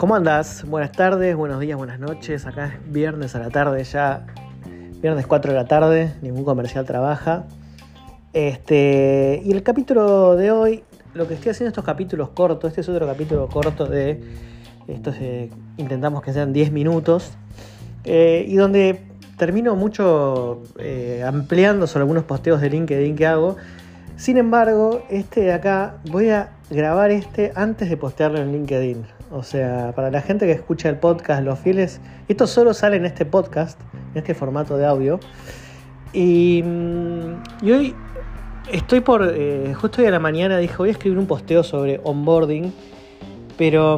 ¿Cómo andás? Buenas tardes, buenos días, buenas noches. Acá es viernes a la tarde ya. Viernes 4 de la tarde, ningún comercial trabaja. Y el capítulo de hoy, lo que estoy haciendo estos capítulos cortos, este es otro capítulo corto de estos, intentamos que sean 10 minutos, y donde termino mucho ampliando sobre algunos posteos de LinkedIn que hago. Sin embargo, este de acá, voy a grabar antes de postearlo en LinkedIn. O sea, para la gente que escucha el podcast, los fieles, esto solo sale en este podcast, en este formato de audio. Y hoy estoy justo hoy a la mañana dije, voy a escribir un posteo sobre onboarding, pero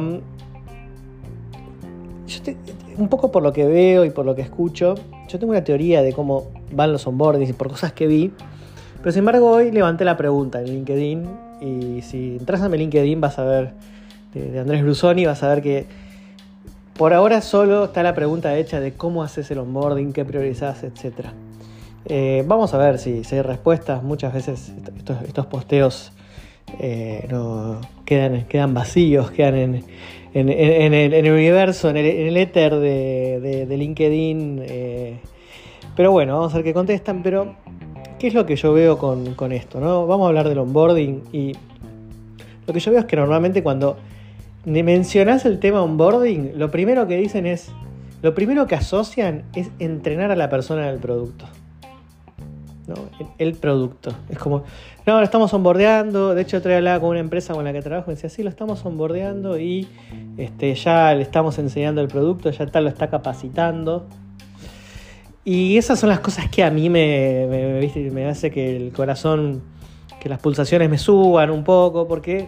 un poco por lo que veo y por lo que escucho, yo tengo una teoría de cómo van los onboardings y por cosas que vi. Pero sin embargo hoy levanté la pregunta en LinkedIn, y si entras a mi LinkedIn vas a ver, de Andrés Brusoni, vas a ver que por ahora solo está la pregunta hecha de cómo haces el onboarding, qué priorizás, etc. Vamos a ver si hay respuestas. Muchas veces estos posteos no quedan vacíos, quedan en el universo, en el éter de LinkedIn. Pero bueno, vamos a ver qué contestan. Pero ¿qué es lo que yo veo con esto, ¿no? Vamos a hablar del onboarding, y lo que yo veo es que normalmente cuando mencionás el tema onboarding, lo primero que dicen es, lo primero que asocian es entrenar a la persona en el producto, ¿no? El producto. Es como, no, lo estamos onboardeando. De hecho, otro día hablaba con una empresa con la que trabajo y decía, sí, lo estamos onboardeando y ya le estamos enseñando el producto, ya lo está capacitando. Y esas son las cosas que a mí me hace que el corazón, que las pulsaciones me suban un poco, porque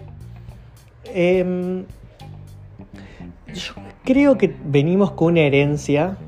yo creo que venimos con una herencia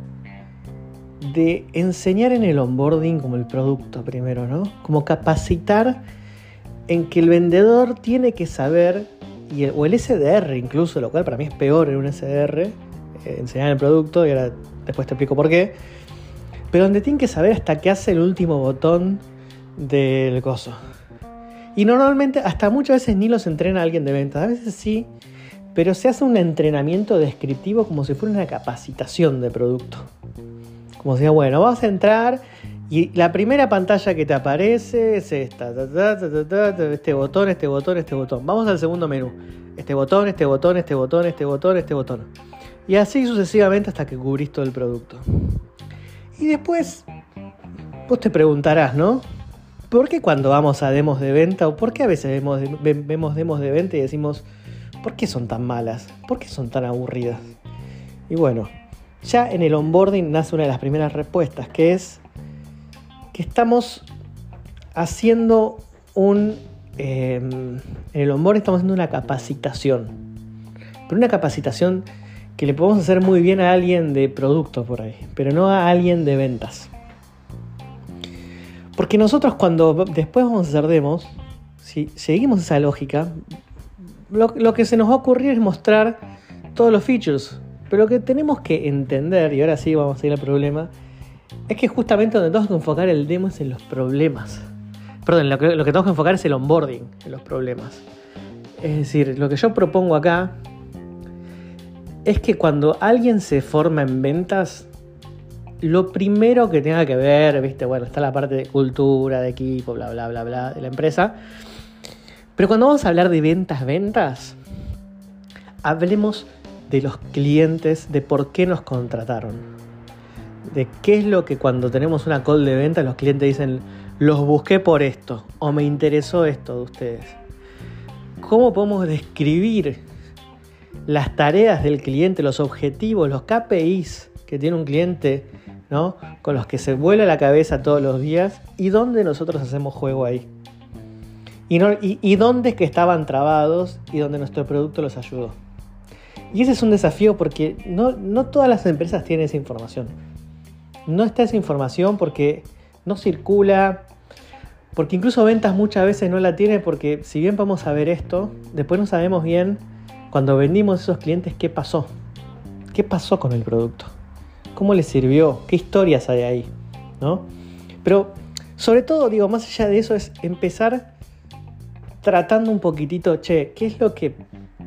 de enseñar en el onboarding como el producto primero, ¿no? Como capacitar en que el vendedor tiene que saber, o el SDR incluso, lo cual para mí es peor en un SDR, enseñar el producto, y ahora después te explico por qué, pero donde tienen que saber hasta qué hace el último botón del coso. Y normalmente, hasta muchas veces ni los entrena alguien de ventas, a veces sí, pero se hace un entrenamiento descriptivo como si fuera una capacitación de producto. Como si, bueno, vas a entrar y la primera pantalla que te aparece es esta, este botón, este botón, este botón. Vamos al segundo menú, este botón, este botón, este botón, este botón, este botón. Y así sucesivamente hasta que cubrís todo el producto. Y después vos te preguntarás, ¿no? ¿Por qué cuando vamos a demos de venta, o por qué a veces vemos demos de venta y decimos, ¿por qué son tan malas? ¿Por qué son tan aburridas? Y bueno, ya en el onboarding nace una de las primeras respuestas, que es que estamos haciendo en el onboarding estamos haciendo una capacitación. Pero una capacitación que le podemos hacer muy bien a alguien de producto por ahí, pero no a alguien de ventas. Porque nosotros cuando después vamos a hacer demos, si seguimos esa lógica, lo que se nos va a ocurrir es mostrar todos los features. Pero lo que tenemos que entender, y ahora sí vamos a ir al problema, es que justamente donde tenemos que enfocar el demo es en los problemas. Perdón, lo que tenemos que enfocar es el onboarding, en los problemas. Es decir, lo que yo propongo acá es que cuando alguien se forma en ventas, lo primero que tenga que ver, ¿viste? Bueno, está la parte de cultura, de equipo, bla, bla, bla, bla, de la empresa. Pero cuando vamos a hablar de ventas, hablemos de los clientes, de por qué nos contrataron. De qué es lo que cuando tenemos una call de venta los clientes dicen, los busqué por esto, o me interesó esto de ustedes. ¿Cómo podemos describir las tareas del cliente, los objetivos, los KPIs que tiene un cliente, ¿no? Con los que se vuela la cabeza todos los días, y dónde nosotros hacemos juego ahí? Y dónde es que estaban trabados y dónde nuestro producto los ayudó. Y ese es un desafío porque no todas las empresas tienen esa información. No está esa información porque no circula, porque incluso ventas muchas veces no la tiene, porque si bien vamos a ver esto, después no sabemos bien cuando vendimos a esos clientes qué pasó. ¿Qué pasó con el producto? ¿Cómo les sirvió? ¿Qué historias hay ahí? ¿No? Pero sobre todo, digo, más allá de eso es empezar tratando un poquitito, ¿qué es lo que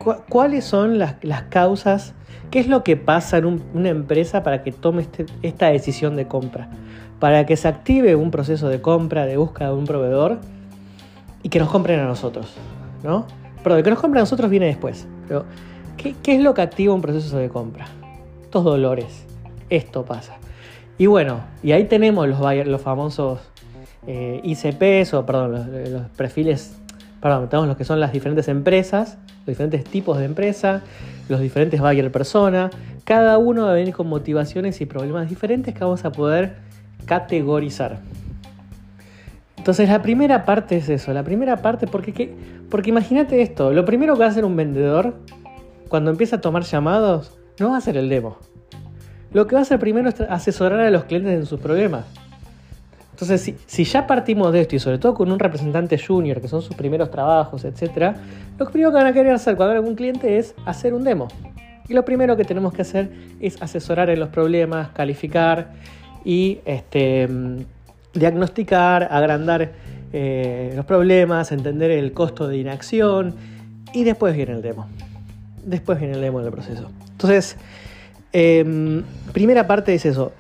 ¿Cuáles son las causas? ¿Qué es lo que pasa en una empresa para que tome esta decisión de compra? Para que se active un proceso de compra, de búsqueda de un proveedor y que nos compren a nosotros, ¿no? Perdón, el que nos compren a nosotros viene después. Pero, ¿qué es lo que activa un proceso de compra? Estos dolores. Esto pasa. Y bueno, y ahí tenemos los famosos ICPs, los perfiles, tenemos los que son las diferentes empresas, los diferentes tipos de empresa, los diferentes buyer persona. Cada uno va a venir con motivaciones y problemas diferentes que vamos a poder categorizar. Entonces la primera parte es eso, porque imagínate esto, lo primero que va a hacer un vendedor cuando empieza a tomar llamados no va a ser el demo. Lo que va a hacer primero es asesorar a los clientes en sus problemas. Entonces, si ya partimos de esto, y sobre todo con un representante junior, que son sus primeros trabajos, etc., lo primero que van a querer hacer cuando hay algún cliente es hacer un demo. Y lo primero que tenemos que hacer es asesorar en los problemas, calificar y diagnosticar, agrandar los problemas, entender el costo de inacción, y después viene el demo. Después viene el demo del proceso. Entonces, primera parte es eso.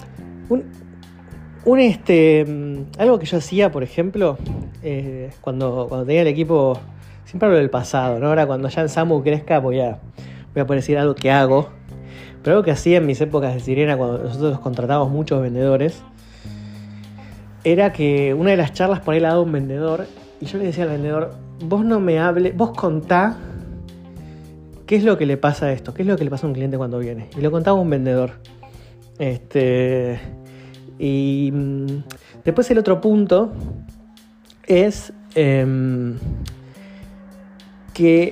Algo que yo hacía, por ejemplo, cuando tenía el equipo, siempre hablo del pasado, ¿no? Ahora cuando ya en Samu crezca voy a poder decir algo que hago, pero algo que hacía en mis épocas de Sirena, cuando nosotros contratábamos muchos vendedores, era que una de las charlas por ahí la daba un vendedor, y yo le decía al vendedor, vos no me hables, vos contá qué es lo que le pasa a esto, qué es lo que le pasa a un cliente cuando viene. Y lo contaba un vendedor. Y después el otro punto es que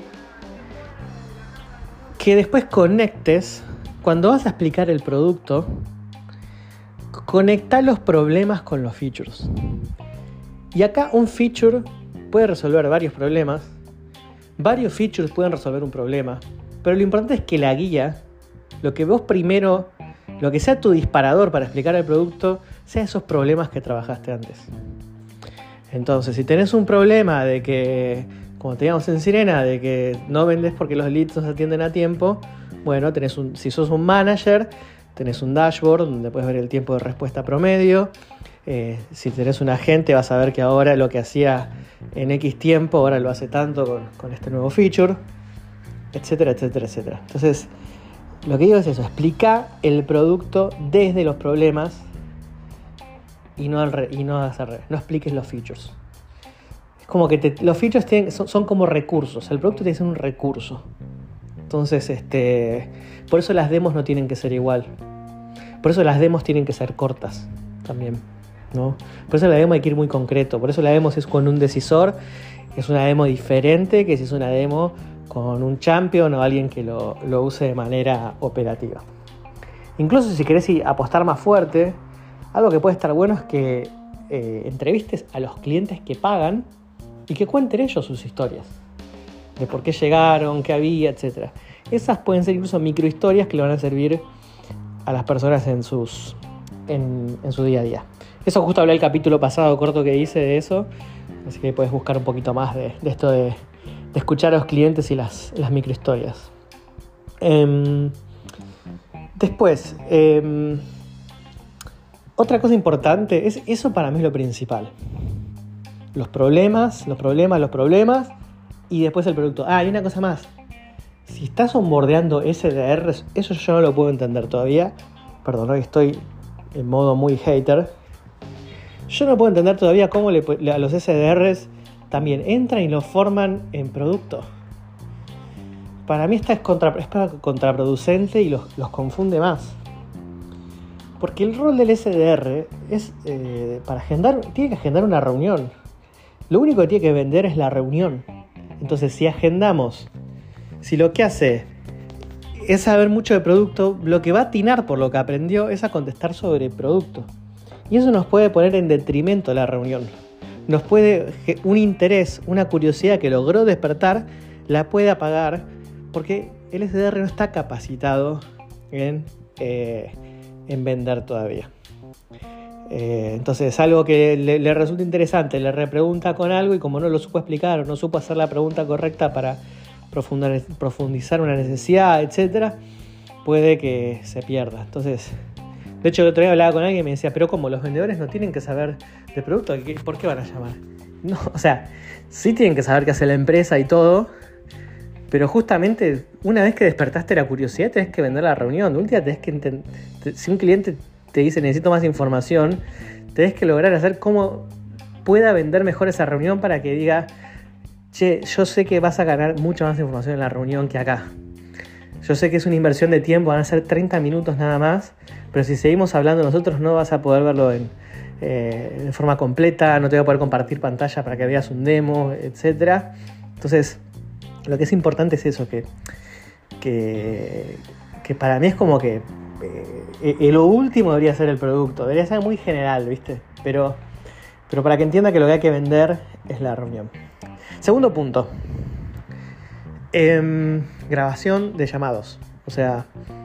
después conectes, cuando vas a explicar el producto, conecta los problemas con los features. Y acá un feature puede resolver varios problemas, varios features pueden resolver un problema, pero lo importante es que la guía, lo que vos primero, lo que sea tu disparador para explicar el producto, sea esos problemas que trabajaste antes. Entonces, si tenés un problema de que, como teníamos en Sirena, de que no vendés porque los leads no se atienden a tiempo, bueno, si sos un manager, tenés un dashboard donde puedes ver el tiempo de respuesta promedio. Si tenés un agente, vas a ver que ahora lo que hacía en X tiempo, ahora lo hace tanto con este nuevo feature, etcétera, etcétera, etcétera. Entonces, lo que digo es eso, explica el producto desde los problemas y no expliques los features. Es como que los features son como recursos, el producto tiene que ser un recurso. Entonces, por eso las demos no tienen que ser igual. Por eso las demos tienen que ser cortas también, ¿no? Por eso la demo hay que ir muy concreto. Por eso la demo si es con un decisor, es una demo diferente que si es una demo con un champion o alguien que lo use de manera operativa. Incluso si querés apostar más fuerte, algo que puede estar bueno es que entrevistes a los clientes que pagan y que cuenten ellos sus historias de por qué llegaron, qué había, etc. Esas pueden ser incluso microhistorias que le van a servir a las personas en su día a día. Eso justo hablé el capítulo pasado corto que hice de eso, así que puedes buscar un poquito más de esto de escuchar a los clientes y las microhistorias. Después, otra cosa importante, eso para mí es lo principal. Los problemas, y después el producto. Hay una cosa más. Si estás onboardeando SDRs, eso yo no lo puedo entender todavía. Perdón, hoy estoy en modo muy hater. Yo no puedo entender todavía cómo a los SDRs también entran y lo forman en producto. Para mí es contraproducente y los confunde más. Porque el rol del SDR es tiene que agendar una reunión. Lo único que tiene que vender es la reunión. Entonces, si lo que hace es saber mucho de producto, lo que va a atinar por lo que aprendió es a contestar sobre producto. Y eso nos puede poner en detrimento de la reunión. Un interés, una curiosidad que logró despertar, la puede apagar porque el SDR no está capacitado en vender todavía. Entonces, algo que le resulta interesante, le repregunta con algo y como no lo supo explicar o no supo hacer la pregunta correcta para profundizar una necesidad, etcétera, puede que se pierda. Entonces, de hecho el otro día hablaba con alguien y me decía, pero como los vendedores no tienen que saber de producto, ¿por qué van a llamar? No, o sea, sí tienen que saber qué hace la empresa y todo, pero justamente una vez que despertaste la curiosidad tenés que vender la reunión. De última tenés que si un cliente te dice necesito más información, tenés que lograr hacer cómo pueda vender mejor esa reunión para que diga, che, yo sé que vas a ganar mucha más información en la reunión que acá. Yo sé que es una inversión de tiempo, van a ser 30 minutos nada más, pero si seguimos hablando nosotros no vas a poder verlo de forma completa, no te voy a poder compartir pantalla para que veas un demo, etc. Entonces, lo que es importante es eso, que para mí es como que lo último debería ser el producto, debería ser muy general, ¿viste? Pero para que entienda que lo que hay que vender es la reunión. Segundo punto, grabación de llamados. O sea,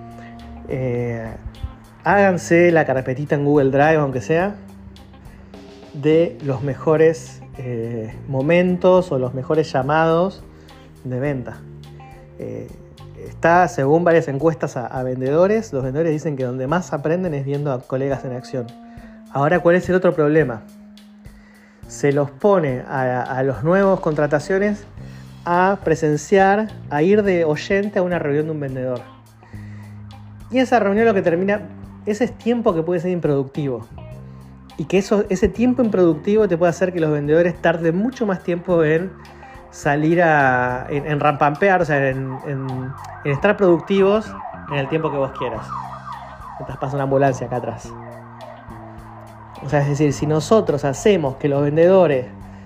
háganse la carpetita en Google Drive, aunque sea, de los mejores momentos o los mejores llamados de venta. Está, según varias encuestas a vendedores, los vendedores dicen que donde más aprenden es viendo a colegas en acción. Ahora, ¿cuál es el otro problema? Se los pone a los nuevos contrataciones a presenciar, a ir de oyente a una reunión de un vendedor. Y esa reunión lo que termina, ese es tiempo que puede ser improductivo. Y que ese tiempo improductivo te puede hacer que los vendedores tarden mucho más tiempo en salir en rampampear, o sea, en estar productivos en el tiempo que vos quieras. Mientras pasa una ambulancia acá atrás. O sea, es decir, si nosotros hacemos que los vendedores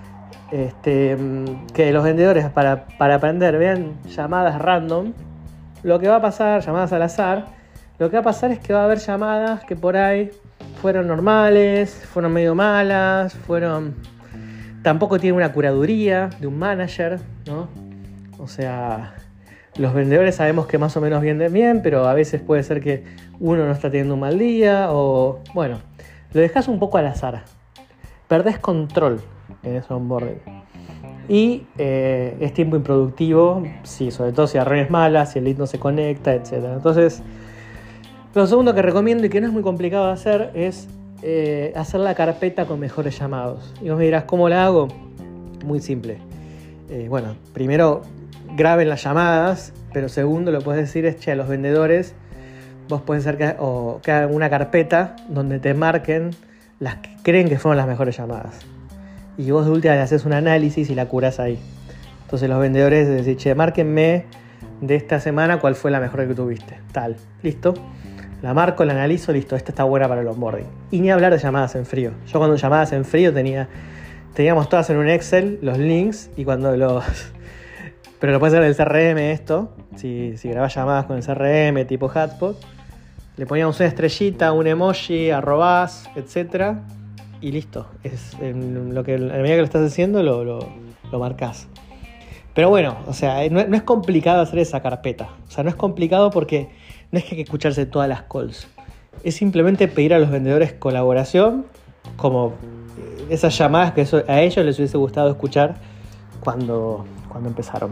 para aprender vean llamadas random, lo que va a pasar, llamadas al azar, lo que va a pasar es que va a haber llamadas que por ahí fueron normales, fueron medio malas, tampoco tienen una curaduría de un manager, ¿no? O sea, los vendedores sabemos que más o menos venden bien, pero a veces puede ser que uno no está teniendo un mal día o, bueno, lo dejas un poco al azar. Perdés control en ese onboarding. Y es tiempo improductivo, sí, sobre todo si la red es mala, si el lead no se conecta, etc. Entonces, lo segundo que recomiendo y que no es muy complicado de hacer es hacer la carpeta con mejores llamados. Y vos me dirás, ¿cómo la hago? Muy simple. Bueno, primero graben las llamadas, pero segundo lo que puedes decir es, che, a los vendedores, vos puedes hacer que hagan una carpeta donde te marquen las que creen que fueron las mejores llamadas. Y vos de última le haces un análisis y la curás ahí. Entonces los vendedores decís, che, márquenme de esta semana cuál fue la mejor que tuviste. Tal, listo. La marco, la analizo, listo, esta está buena para el onboarding. Y ni hablar de llamadas en frío. Yo cuando llamadas en frío teníamos todas en un Excel, los links, y cuando pero lo puedes hacer en el CRM esto, si grabás llamadas con el CRM tipo Hotspot, le poníamos una estrellita, un emoji, arrobás, etc. Y listo. A medida que lo estás haciendo lo marcás. Pero bueno, o sea, no es complicado hacer esa carpeta. O sea, no es complicado porque no es que hay que escucharse todas las calls. Es simplemente pedir a los vendedores colaboración, como esas llamadas que a ellos les hubiese gustado escuchar cuando empezaron.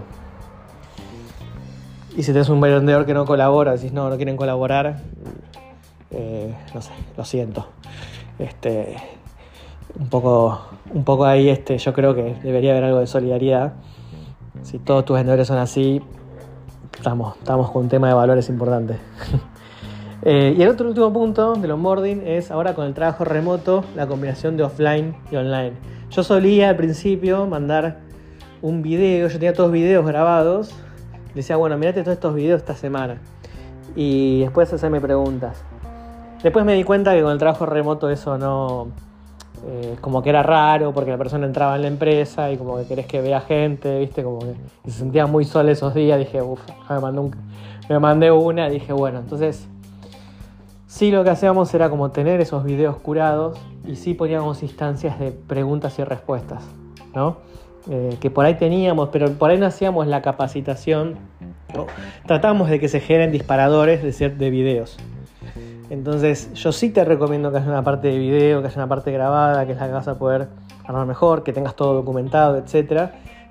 Y si tenés un vendedor que no colabora, decís no quieren colaborar, no sé, lo siento. Un poco ahí yo creo que debería haber algo de solidaridad. Si todos tus vendedores son así, estamos con un tema de valores importante. Y el último punto del onboarding es ahora con el trabajo remoto, la combinación de offline y online. Yo solía al principio mandar un video, yo tenía todos videos grabados, le decía, bueno, mirate todos estos videos esta semana. Y después hacerme preguntas. Después me di cuenta que con el trabajo remoto eso no... como que era raro porque la persona entraba en la empresa y como que querés que vea gente, ¿viste? Como que se sentía muy sola esos días. Dije, me mandé una. Dije, bueno, entonces sí, lo que hacíamos era como tener esos videos curados y sí poníamos instancias de preguntas y respuestas, ¿no? Que por ahí teníamos, pero por ahí no hacíamos la capacitación, ¿no? Tratábamos de que se generen disparadores de videos. Entonces yo sí te recomiendo que haya una parte de video, que haya una parte grabada, que es la que vas a poder armar mejor, que tengas todo documentado, etc.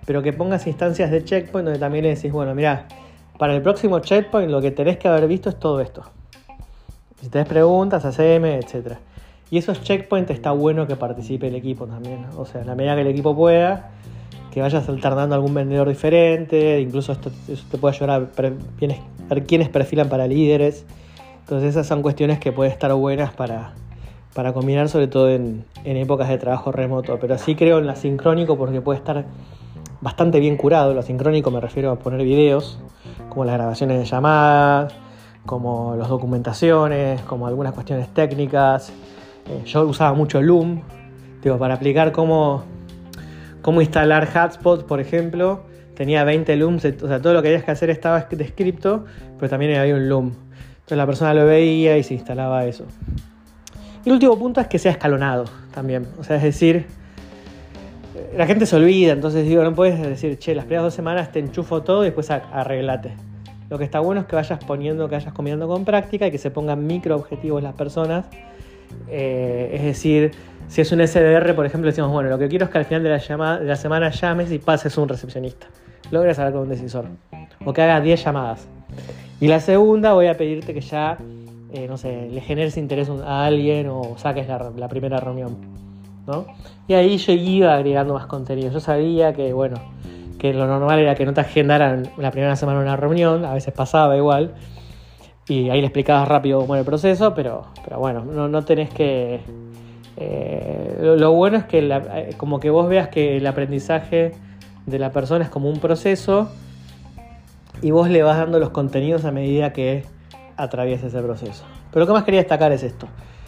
pero que pongas instancias de checkpoint donde también le decís, bueno, mirá, para el próximo checkpoint lo que tenés que haber visto es todo esto. Si tenés preguntas, haceme, etc. Y esos checkpoints está bueno que participe el equipo también, ¿no? O sea, en la medida que el equipo pueda, que vayas alternando algún vendedor diferente, incluso eso te puede ayudar a ver quiénes perfilan para líderes. Entonces esas son cuestiones que pueden estar buenas para combinar, sobre todo en épocas de trabajo remoto. Pero sí creo en lo asincrónico porque puede estar bastante bien curado. Lo asincrónico me refiero a poner videos, como las grabaciones de llamadas, como las documentaciones, como algunas cuestiones técnicas. Yo usaba mucho Loom, para aplicar cómo instalar hotspots, por ejemplo. Tenía 20 Looms, o sea, todo lo que habías que hacer estaba descrito, pero también había un Loom. Entonces la persona lo veía y se instalaba eso. Y el último punto es que sea escalonado también. O sea, es decir, la gente se olvida, entonces no puedes decir, las primeras 2 semanas te enchufo todo y después arreglate. Lo que está bueno es que vayas combinando con práctica y que se pongan micro objetivos las personas. Es decir, si es un SDR, por ejemplo, decimos, bueno, lo que quiero es que al final de la semana llames y pases un recepcionista. Logres hablar con un decisor. O que hagas 10 llamadas. Y la segunda voy a pedirte que ya, le generes interés a alguien o saques la primera reunión, ¿no? Y ahí yo iba agregando más contenido. Yo sabía que lo normal era que no te agendaran la primera semana una reunión, a veces pasaba igual, y ahí le explicabas rápido cómo era el proceso, pero bueno, no tenés que... lo bueno es que como que vos veas que el aprendizaje de la persona es como un proceso y vos le vas dando los contenidos a medida que atraviesa ese proceso. Pero lo que más quería destacar es esto.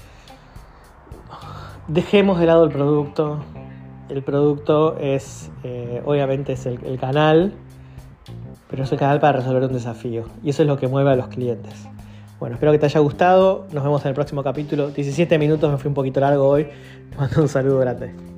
Dejemos de lado el producto. El producto es, obviamente, es el canal, pero es el canal para resolver un desafío. Y eso es lo que mueve a los clientes. Bueno, espero que te haya gustado. Nos vemos en el próximo capítulo. 17 minutos, me fui un poquito largo hoy. Te mando un saludo grande.